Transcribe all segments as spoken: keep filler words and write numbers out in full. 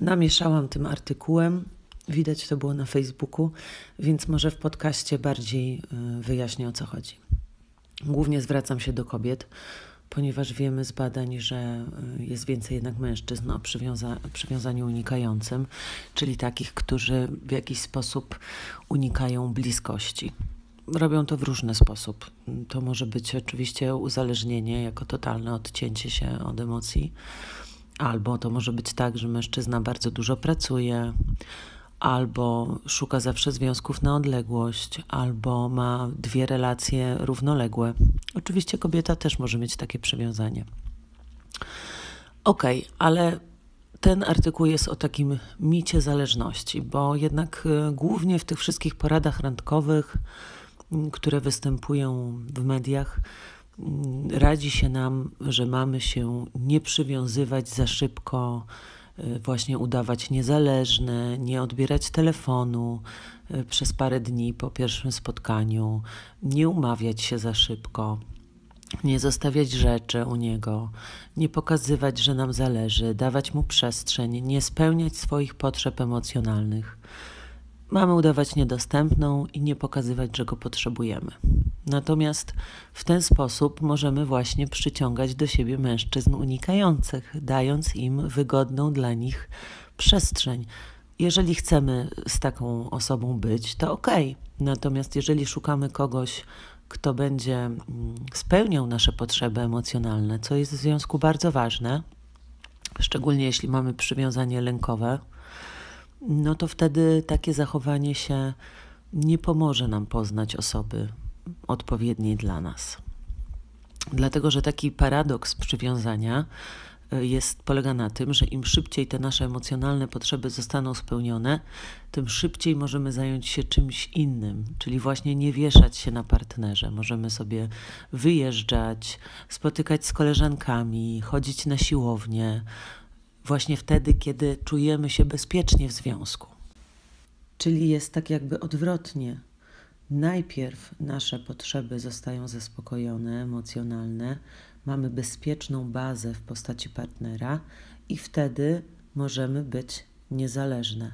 Namieszałam tym artykułem, widać to było na Facebooku, więc może w podcaście bardziej wyjaśnię, o co chodzi. Głównie zwracam się do kobiet, ponieważ wiemy z badań, że jest więcej jednak mężczyzn o przywiąza- przywiązaniu unikającym, czyli takich, którzy w jakiś sposób unikają bliskości. Robią to w różny sposób. To może być oczywiście uzależnienie jako totalne odcięcie się od emocji, albo to może być tak, że mężczyzna bardzo dużo pracuje, albo szuka zawsze związków na odległość, albo ma dwie relacje równoległe. Oczywiście kobieta też może mieć takie przywiązanie. Okej, okay, ale ten artykuł jest o takim micie zależności, bo jednak głównie w tych wszystkich poradach randkowych, które występują w mediach, radzi się nam, że mamy się nie przywiązywać za szybko, właśnie udawać niezależne, nie odbierać telefonu przez parę dni po pierwszym spotkaniu, nie umawiać się za szybko, nie zostawiać rzeczy u niego, nie pokazywać, że nam zależy, dawać mu przestrzeń, nie spełniać swoich potrzeb emocjonalnych. Mamy udawać niedostępną i nie pokazywać, że go potrzebujemy. Natomiast w ten sposób możemy właśnie przyciągać do siebie mężczyzn unikających, dając im wygodną dla nich przestrzeń. Jeżeli chcemy z taką osobą być, to okej. Natomiast jeżeli szukamy kogoś, kto będzie spełniał nasze potrzeby emocjonalne, co jest w związku bardzo ważne, szczególnie jeśli mamy przywiązanie lękowe, no to wtedy takie zachowanie się nie pomoże nam poznać osoby odpowiedniej dla nas. Dlatego, że taki paradoks przywiązania jest, polega na tym, że im szybciej te nasze emocjonalne potrzeby zostaną spełnione, tym szybciej możemy zająć się czymś innym, czyli właśnie nie wieszać się na partnerze. Możemy sobie wyjeżdżać, spotykać z koleżankami, chodzić na siłownię, właśnie wtedy, kiedy czujemy się bezpiecznie w związku. Czyli jest tak jakby odwrotnie. Najpierw nasze potrzeby zostają zaspokojone, emocjonalne, mamy bezpieczną bazę w postaci partnera i wtedy możemy być niezależne.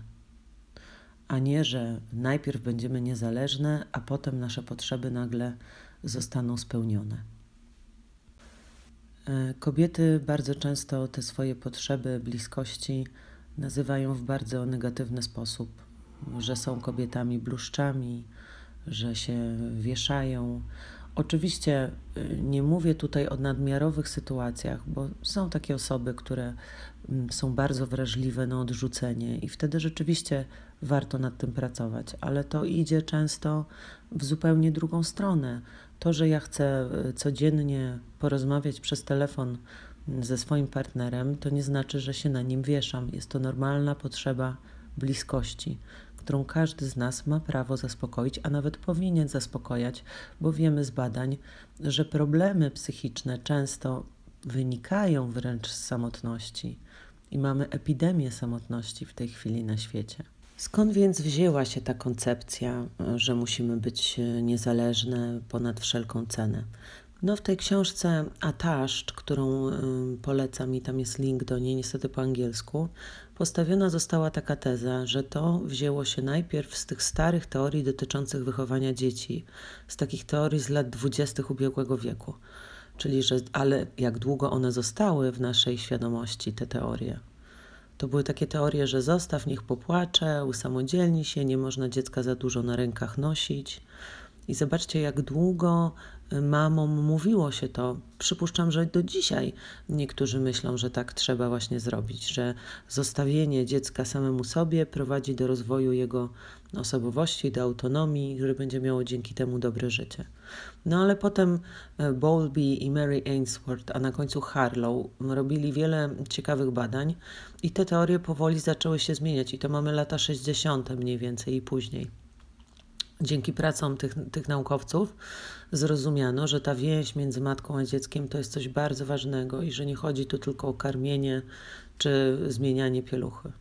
A nie, że najpierw będziemy niezależne, a potem nasze potrzeby nagle zostaną spełnione. Kobiety bardzo często te swoje potrzeby bliskości nazywają w bardzo negatywny sposób, że są kobietami bluszczami, że się wieszają. Oczywiście nie mówię tutaj o nadmiarowych sytuacjach, bo są takie osoby, które są bardzo wrażliwe na odrzucenie i wtedy rzeczywiście warto nad tym pracować, ale to idzie często w zupełnie drugą stronę. To, że ja chcę codziennie porozmawiać przez telefon ze swoim partnerem, to nie znaczy, że się na nim wieszam. Jest to normalna potrzeba bliskości, którą każdy z nas ma prawo zaspokoić, a nawet powinien zaspokojać, bo wiemy z badań, że problemy psychiczne często wynikają wręcz z samotności i mamy epidemię samotności w tej chwili na świecie. Skąd więc wzięła się ta koncepcja, że musimy być niezależne ponad wszelką cenę? No w tej książce Attached, którą y, polecam i tam jest link do niej, niestety po angielsku, postawiona została taka teza, że to wzięło się najpierw z tych starych teorii dotyczących wychowania dzieci, z takich teorii z lat dwudziestych ubiegłego wieku. Czyli, że ale jak długo one zostały w naszej świadomości, te teorie? To były takie teorie, że zostaw, niech popłacze, usamodzielni się, nie można dziecka za dużo na rękach nosić. I zobaczcie, jak długo mamom mówiło się to. Przypuszczam, że do dzisiaj niektórzy myślą, że tak trzeba właśnie zrobić, że zostawienie dziecka samemu sobie prowadzi do rozwoju jego osobowości, do autonomii, które będzie miało dzięki temu dobre życie. No ale potem Bowlby i Mary Ainsworth, a na końcu Harlow robili wiele ciekawych badań i te teorie powoli zaczęły się zmieniać i to mamy lata sześćdziesiąte mniej więcej i później. Dzięki pracom tych, tych naukowców zrozumiano, że ta więź między matką a dzieckiem to jest coś bardzo ważnego i że nie chodzi tu tylko o karmienie czy zmienianie pieluchy.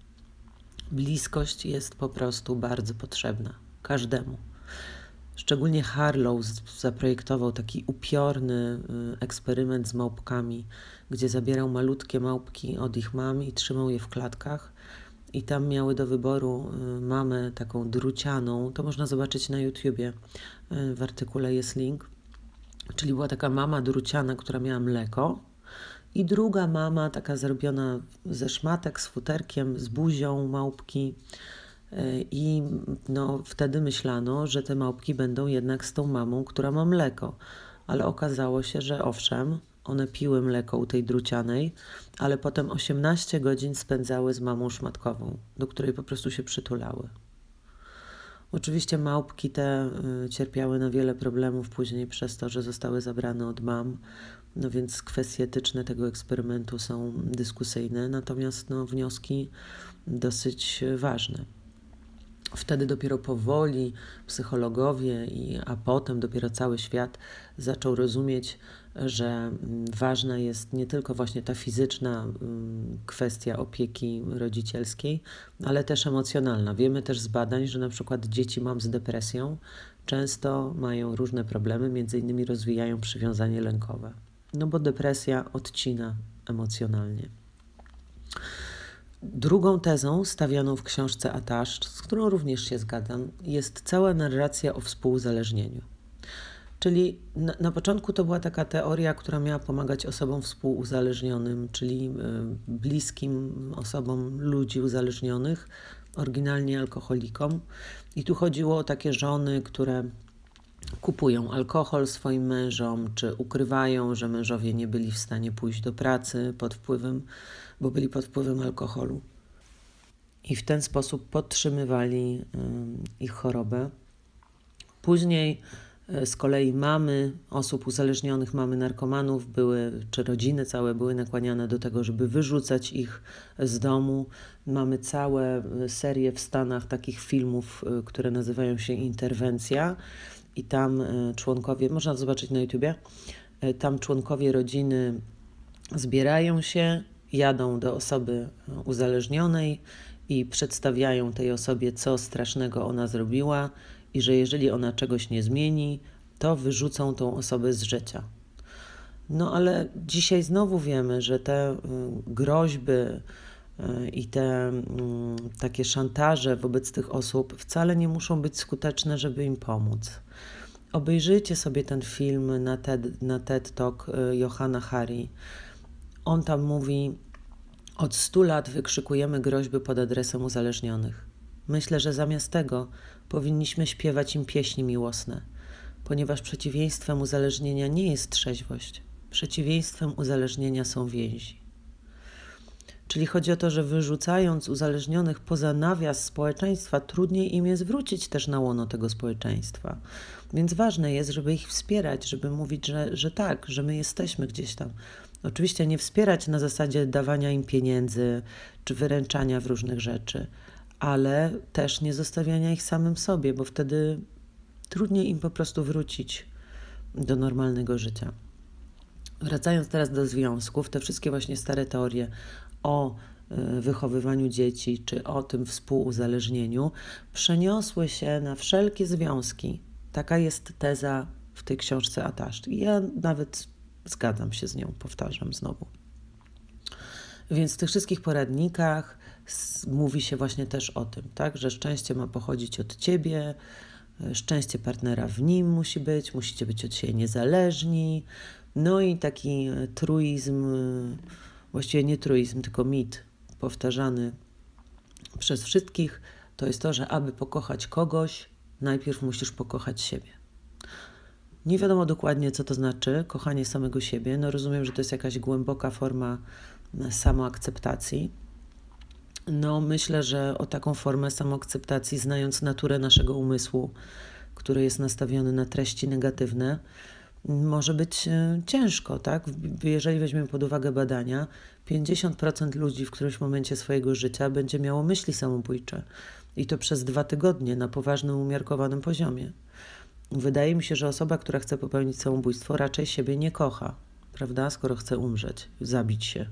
Bliskość jest po prostu bardzo potrzebna każdemu. Szczególnie Harlow zaprojektował taki upiorny eksperyment z małpkami, gdzie zabierał malutkie małpki od ich mam i trzymał je w klatkach i tam miały do wyboru y, mamę taką drucianą, to można zobaczyć na YouTubie, y, w artykule jest link, czyli była taka mama druciana, która miała mleko i druga mama taka zrobiona ze szmatek, z futerkiem, z buzią małpki. I no, wtedy myślano, że te małpki będą jednak z tą mamą, która ma mleko. Ale okazało się, że owszem, one piły mleko u tej drucianej, ale potem osiemnaście godzin spędzały z mamą szmatkową, do której po prostu się przytulały. Oczywiście małpki te y, cierpiały na wiele problemów później przez to, że zostały zabrane od mam, no więc kwestie etyczne tego eksperymentu są dyskusyjne, natomiast no, wnioski dosyć ważne. Wtedy dopiero powoli psychologowie, i, a potem dopiero cały świat zaczął rozumieć, że ważna jest nie tylko właśnie ta fizyczna kwestia opieki rodzicielskiej, ale też emocjonalna. Wiemy też z badań, że na przykład dzieci mam z depresją często mają różne problemy, między innymi rozwijają przywiązanie lękowe. No bo depresja odcina emocjonalnie. Drugą tezą stawianą w książce Attached, z którą również się zgadzam, jest cała narracja o współuzależnieniu. Czyli na, na początku to była taka teoria, która miała pomagać osobom współuzależnionym, czyli y, bliskim osobom ludzi uzależnionych, oryginalnie alkoholikom. I tu chodziło o takie żony, które kupują alkohol swoim mężom, czy ukrywają, że mężowie nie byli w stanie pójść do pracy pod wpływem, bo byli pod wpływem alkoholu. I w ten sposób podtrzymywali y, ich chorobę. Później y, z kolei mamy osób uzależnionych, mamy narkomanów, były, czy rodziny całe były nakłaniane do tego, żeby wyrzucać ich z domu. Mamy całe serię w Stanach takich filmów, y, które nazywają się Interwencja. I tam członkowie, można to zobaczyć na YouTubie, tam członkowie rodziny zbierają się, jadą do osoby uzależnionej i przedstawiają tej osobie, co strasznego ona zrobiła i że jeżeli ona czegoś nie zmieni, to wyrzucą tą osobę z życia. No ale dzisiaj znowu wiemy, że te groźby i te takie szantaże wobec tych osób wcale nie muszą być skuteczne, żeby im pomóc. Obejrzyjcie sobie ten film na TED, na TED Talk Johanna Hari. On tam mówi: od stu lat wykrzykujemy groźby pod adresem uzależnionych. Myślę, że zamiast tego powinniśmy śpiewać im pieśni miłosne, ponieważ przeciwieństwem uzależnienia nie jest trzeźwość. Przeciwieństwem uzależnienia są więzi. Czyli chodzi o to, że wyrzucając uzależnionych poza nawias społeczeństwa, trudniej im jest wrócić też na łono tego społeczeństwa. Więc ważne jest, żeby ich wspierać, żeby mówić, że, że tak, że my jesteśmy gdzieś tam. Oczywiście nie wspierać na zasadzie dawania im pieniędzy czy wyręczania w różnych rzeczy, ale też nie zostawiania ich samym sobie, bo wtedy trudniej im po prostu wrócić do normalnego życia. Wracając teraz do związków, te wszystkie właśnie stare teorie o wychowywaniu dzieci czy o tym współuzależnieniu przeniosły się na wszelkie związki. Taka jest teza w tej książce Attached. I ja nawet zgadzam się z nią, powtarzam znowu. Więc w tych wszystkich poradnikach mówi się właśnie też o tym, tak, że szczęście ma pochodzić od ciebie, szczęście partnera w nim musi być, musicie być od siebie niezależni. No i taki truizm, właściwie nie truizm, tylko mit powtarzany przez wszystkich, to jest to, że aby pokochać kogoś, najpierw musisz pokochać siebie. Nie wiadomo dokładnie, co to znaczy kochanie samego siebie. No rozumiem, że to jest jakaś głęboka forma samoakceptacji. No myślę, że o taką formę samoakceptacji, znając naturę naszego umysłu, który jest nastawiony na treści negatywne, może być ciężko, tak? Jeżeli weźmiemy pod uwagę badania, pięćdziesiąt procent ludzi w którymś momencie swojego życia będzie miało myśli samobójcze. I to przez dwa tygodnie na poważnym, umiarkowanym poziomie. Wydaje mi się, że osoba, która chce popełnić samobójstwo, raczej siebie nie kocha, prawda? Skoro chce umrzeć, zabić się.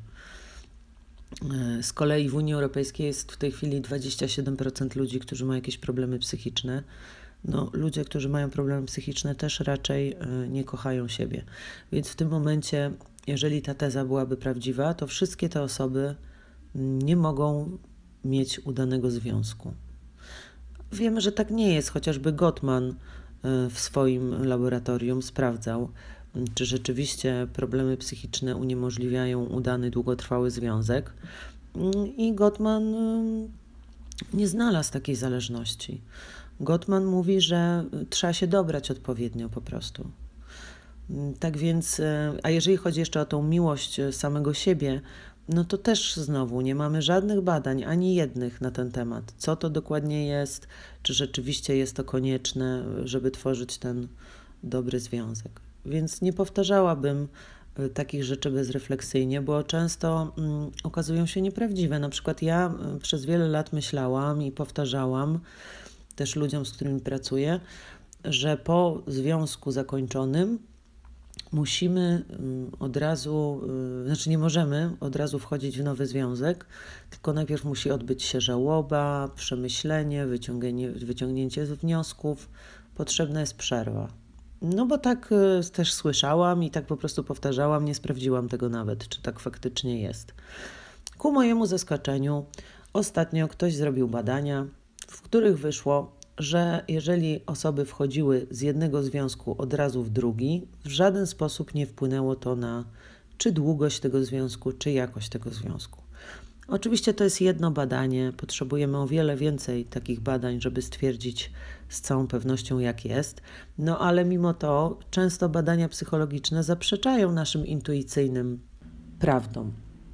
Z kolei w Unii Europejskiej jest w tej chwili dwadzieścia siedem procent ludzi, którzy mają jakieś problemy psychiczne. No, ludzie, którzy mają problemy psychiczne, też raczej nie kochają siebie. Więc w tym momencie, jeżeli ta teza byłaby prawdziwa, to wszystkie te osoby nie mogą mieć udanego związku. Wiemy, że tak nie jest, chociażby Gottman w swoim laboratorium sprawdzał, czy rzeczywiście problemy psychiczne uniemożliwiają udany, długotrwały związek. I Gottman nie znalazł takiej zależności. Gottman mówi, że trzeba się dobrać odpowiednio po prostu. Tak więc, a jeżeli chodzi jeszcze o tą miłość samego siebie, no to też znowu nie mamy żadnych badań, ani jednych na ten temat. Co to dokładnie jest, czy rzeczywiście jest to konieczne, żeby tworzyć ten dobry związek. Więc nie powtarzałabym takich rzeczy bezrefleksyjnie, bo często mm, okazują się nieprawdziwe. Na przykład ja przez wiele lat myślałam i powtarzałam też ludziom, z którymi pracuję, że po związku zakończonym musimy od razu, znaczy nie możemy od razu wchodzić w nowy związek, tylko najpierw musi odbyć się żałoba, przemyślenie, wyciągnięcie, wyciągnięcie wniosków. Potrzebna jest przerwa. No bo tak też słyszałam i tak po prostu powtarzałam, nie sprawdziłam tego nawet, czy tak faktycznie jest. Ku mojemu zaskoczeniu ostatnio ktoś zrobił badania, w których wyszło, że jeżeli osoby wchodziły z jednego związku od razu w drugi, w żaden sposób nie wpłynęło to na czy długość tego związku, czy jakość tego związku. Oczywiście to jest jedno badanie, potrzebujemy o wiele więcej takich badań, żeby stwierdzić z całą pewnością, jak jest, no ale mimo to często badania psychologiczne zaprzeczają naszym intuicyjnym prawdom.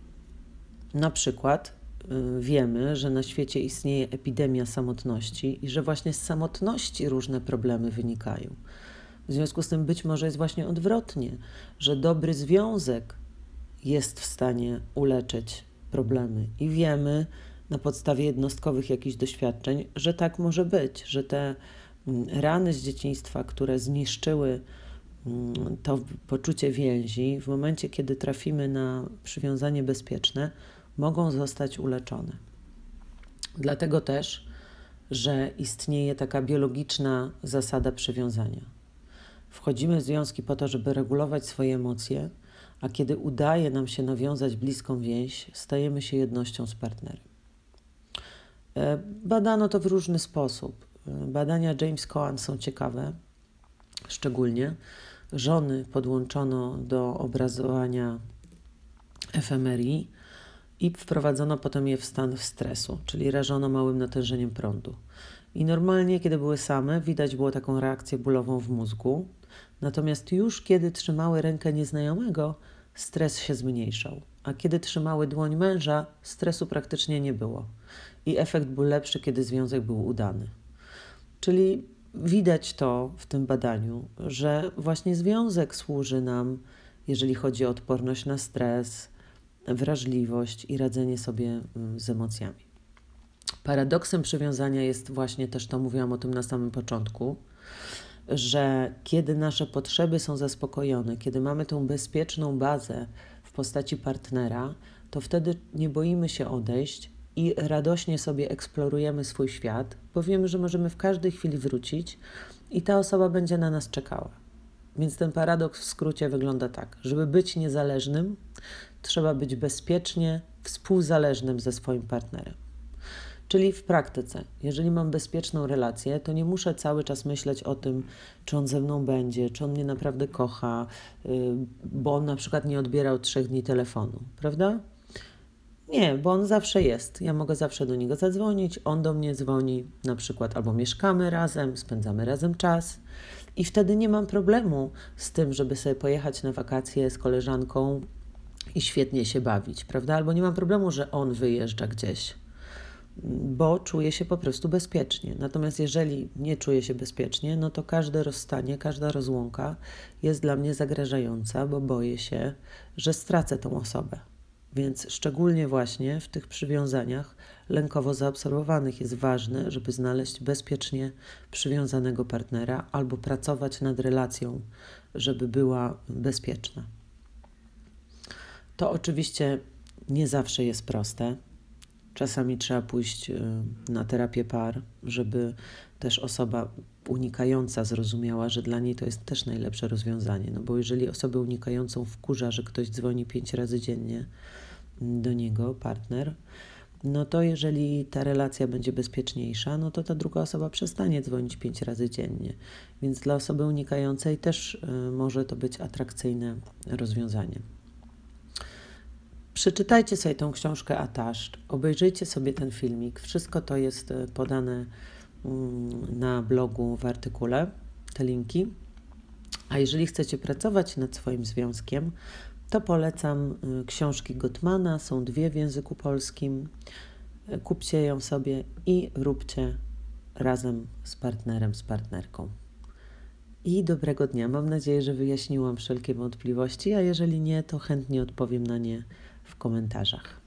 Na przykład wiemy, że na świecie istnieje epidemia samotności i że właśnie z samotności różne problemy wynikają. W związku z tym być może jest właśnie odwrotnie, że dobry związek jest w stanie uleczyć problemy i wiemy na podstawie jednostkowych jakichś doświadczeń, że tak może być, że te rany z dzieciństwa, które zniszczyły to poczucie więzi, w momencie, kiedy trafimy na przywiązanie bezpieczne, mogą zostać uleczone. Dlatego też, że istnieje taka biologiczna zasada przywiązania. Wchodzimy w związki po to, żeby regulować swoje emocje, a kiedy udaje nam się nawiązać bliską więź, stajemy się jednością z partnerem. Badano to w różny sposób. Badania James Cohen są ciekawe, szczególnie żony podłączono do obrazowania F M R I i wprowadzono potem je w stan stresu, czyli rażono małym natężeniem prądu. I normalnie, kiedy były same, widać było taką reakcję bólową w mózgu, natomiast już kiedy trzymały rękę nieznajomego, stres się zmniejszał, a kiedy trzymały dłoń męża, stresu praktycznie nie było. I efekt był lepszy, kiedy związek był udany. Czyli widać to w tym badaniu, że właśnie związek służy nam, jeżeli chodzi o odporność na stres, wrażliwość i radzenie sobie z emocjami. Paradoksem przywiązania jest właśnie też, to mówiłam o tym na samym początku, że kiedy nasze potrzeby są zaspokojone, kiedy mamy tą bezpieczną bazę w postaci partnera, to wtedy nie boimy się odejść i radośnie sobie eksplorujemy swój świat, bo wiemy, że możemy w każdej chwili wrócić i ta osoba będzie na nas czekała. Więc ten paradoks w skrócie wygląda tak. Żeby być niezależnym, trzeba być bezpiecznie współzależnym ze swoim partnerem. Czyli w praktyce, jeżeli mam bezpieczną relację, to nie muszę cały czas myśleć o tym, czy on ze mną będzie, czy on mnie naprawdę kocha, bo on na przykład nie odbierał trzech dni telefonu, prawda? Nie, bo on zawsze jest. Ja mogę zawsze do niego zadzwonić, on do mnie dzwoni, na przykład albo mieszkamy razem, spędzamy razem czas i wtedy nie mam problemu z tym, żeby sobie pojechać na wakacje z koleżanką i świetnie się bawić, prawda? Albo nie mam problemu, że on wyjeżdża gdzieś, bo czuję się po prostu bezpiecznie. Natomiast jeżeli nie czuję się bezpiecznie, no to każde rozstanie, każda rozłąka jest dla mnie zagrażająca, bo boję się, że stracę tą osobę. Więc szczególnie właśnie w tych przywiązaniach lękowo zaabsorbowanych jest ważne, żeby znaleźć bezpiecznie przywiązanego partnera albo pracować nad relacją, żeby była bezpieczna. To oczywiście nie zawsze jest proste. Czasami trzeba pójść na terapię par, żeby też osoba unikająca zrozumiała, że dla niej to jest też najlepsze rozwiązanie. No bo jeżeli osobę unikającą wkurza, że ktoś dzwoni pięć razy dziennie do niego, partner, no to jeżeli ta relacja będzie bezpieczniejsza, no to ta druga osoba przestanie dzwonić pięć razy dziennie. Więc dla osoby unikającej też y, może to być atrakcyjne rozwiązanie. Przeczytajcie sobie tą książkę Attached, obejrzyjcie sobie ten filmik. Wszystko to jest podane na blogu w artykule, te linki. A jeżeli chcecie pracować nad swoim związkiem, to polecam książki Gottmana, są dwie w języku polskim. Kupcie ją sobie i róbcie razem z partnerem, z partnerką. I dobrego dnia. Mam nadzieję, że wyjaśniłam wszelkie wątpliwości, a jeżeli nie, to chętnie odpowiem na nie w komentarzach.